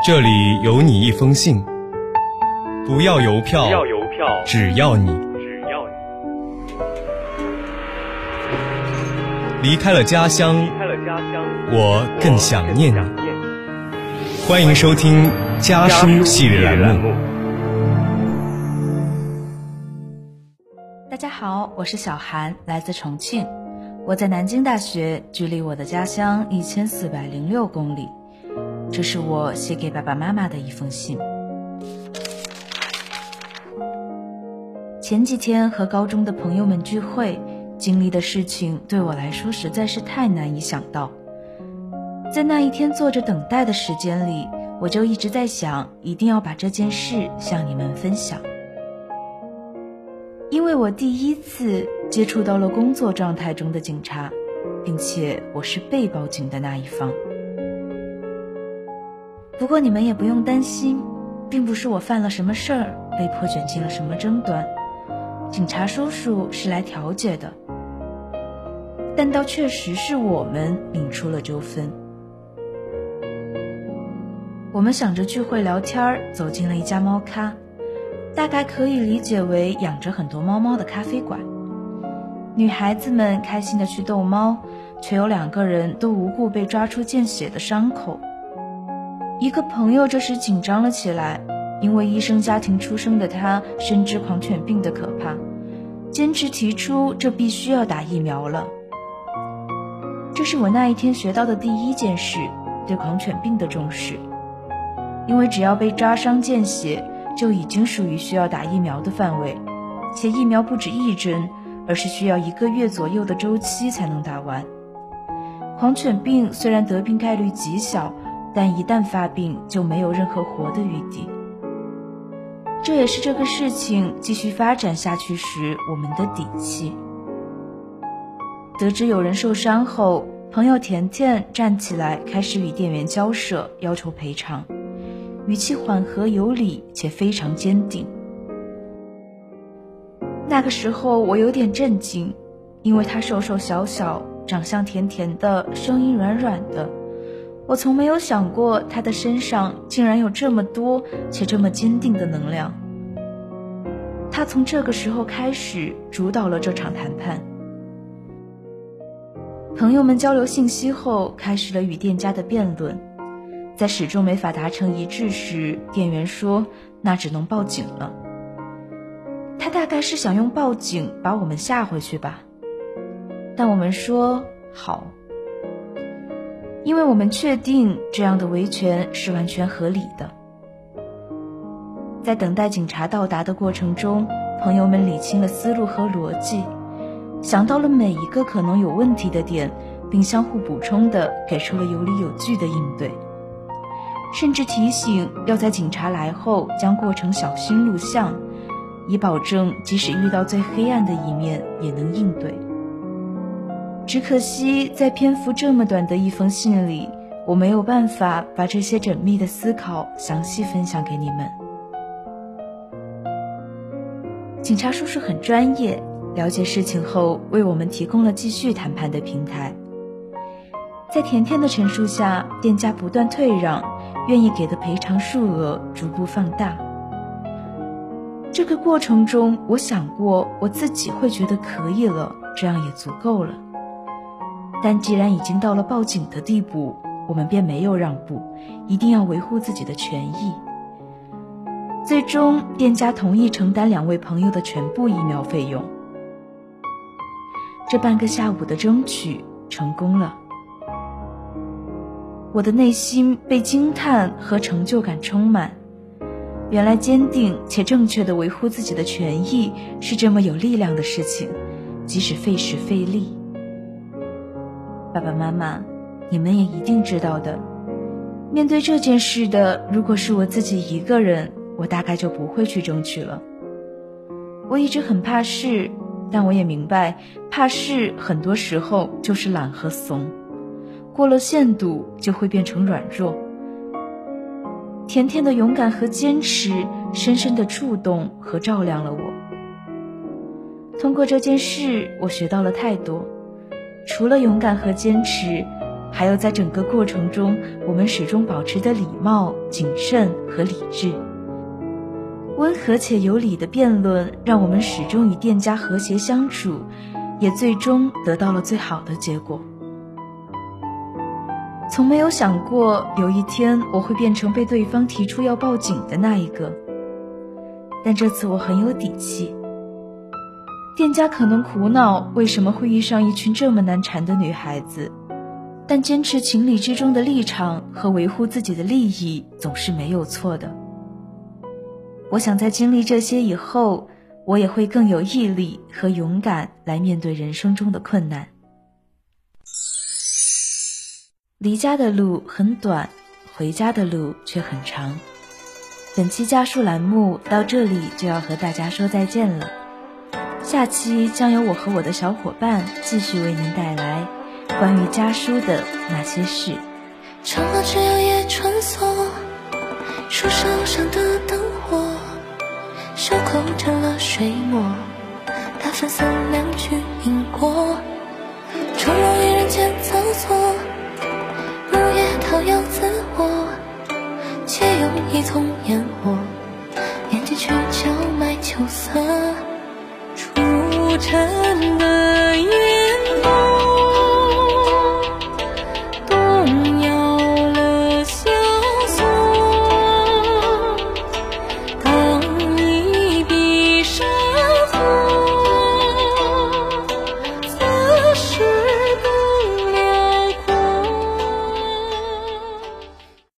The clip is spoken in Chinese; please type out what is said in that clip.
这里有你一封信，不要邮票，只要你。离开了家乡，我更想念你。欢迎收听家书系列栏目。 大家好，我是小韩，来自重庆。我在南京大学，距离我的家乡1406公里。这是我写给爸爸妈妈的一封信。前几天和高中的朋友们聚会，经历的事情对我来说实在是太难以想到。在那一天坐着等待的时间里，我就一直在想，一定要把这件事向你们分享。因为我第一次接触到了工作状态中的警察，并且我是被报警的那一方。不过你们也不用担心，并不是我犯了什么事儿，被迫卷进了什么争端。警察叔叔是来调解的，但倒确实是我们引出了纠纷。我们想着聚会聊天，走进了一家猫咖，大概可以理解为养着很多猫猫的咖啡馆。女孩子们开心地去逗猫，却有2个人都无故被抓出见血的伤口。一个朋友这时紧张了起来，因为医生家庭出生的他深知狂犬病的可怕，坚持提出这必须要打疫苗了。这是我那一天学到的第一件事，对狂犬病的重视。因为只要被抓伤见血，就已经属于需要打疫苗的范围，且疫苗不止1针，而是需要1个月左右的周期才能打完。狂犬病虽然得病概率极小，但一旦发病就没有任何活的余地。这也是这个事情继续发展下去时我们的底气。得知有人受伤后，朋友甜甜站起来开始与店员交涉，要求赔偿，语气缓和有理且非常坚定。那个时候我有点震惊，因为他瘦瘦小小，长相甜甜的，声音软软的。我从没有想过他的身上竟然有这么多且这么坚定的能量。他从这个时候开始主导了这场谈判。朋友们交流信息后，开始了与店家的辩论。在始终没法达成一致时，店员说那只能报警了。他大概是想用报警把我们吓回去吧。但我们说好，因为我们确定这样的维权是完全合理的。在等待警察到达的过程中，朋友们理清了思路和逻辑，想到了每一个可能有问题的点，并相互补充地给出了有理有据的应对，甚至提醒要在警察来后将过程小心录像，以保证即使遇到最黑暗的一面也能应对。只可惜在篇幅这么短的一封信里，我没有办法把这些缜密的思考详细分享给你们。警察叔叔很专业，了解事情后为我们提供了继续谈判的平台。在甜甜的陈述下，店家不断退让，愿意给的赔偿数额逐步放大。这个过程中，我想过我自己会觉得可以了，这样也足够了。但既然已经到了报警的地步，我们便没有让步，一定要维护自己的权益。最终，店家同意承担2位朋友的全部疫苗费用。这半个下午的争取成功了。我的内心被惊叹和成就感充满。原来坚定且正确地维护自己的权益是这么有力量的事情，即使费时费力。爸爸妈妈，你们也一定知道的，面对这件事的，如果是我自己一个人，我大概就不会去争取了。我一直很怕事，但我也明白，怕事很多时候就是懒和怂，过了限度就会变成软弱。甜甜的勇敢和坚持深深地触动和照亮了我。通过这件事，我学到了太多，除了勇敢和坚持， 还有在整个过程中我们始终保持的礼貌、谨慎和理智。温和且有理的辩论让我们始终与店家和谐相处，也最终得到了最好的结果。从没有想过有一天我会变成被对方提出要报警的那一个，但这次我很有底气。店家可能苦恼为什么会遇上一群这么难缠的女孩子，但坚持情理之中的立场和维护自己的利益总是没有错的。我想在经历这些以后，我也会更有毅力和勇敢来面对人生中的困难。离家的路很短，回家的路却很长。本期家书栏目到这里就要和大家说再见了，下期将由我和我的小伙伴继续为您带来关于家书的那些事。 长河之遥也穿梭，树梢上的灯火，袖口沾了水墨，大粉色两句因果，终容于人间造作，木叶掏摇自我，且用一丛烟火，念几曲荞麦秋色，初晨的夜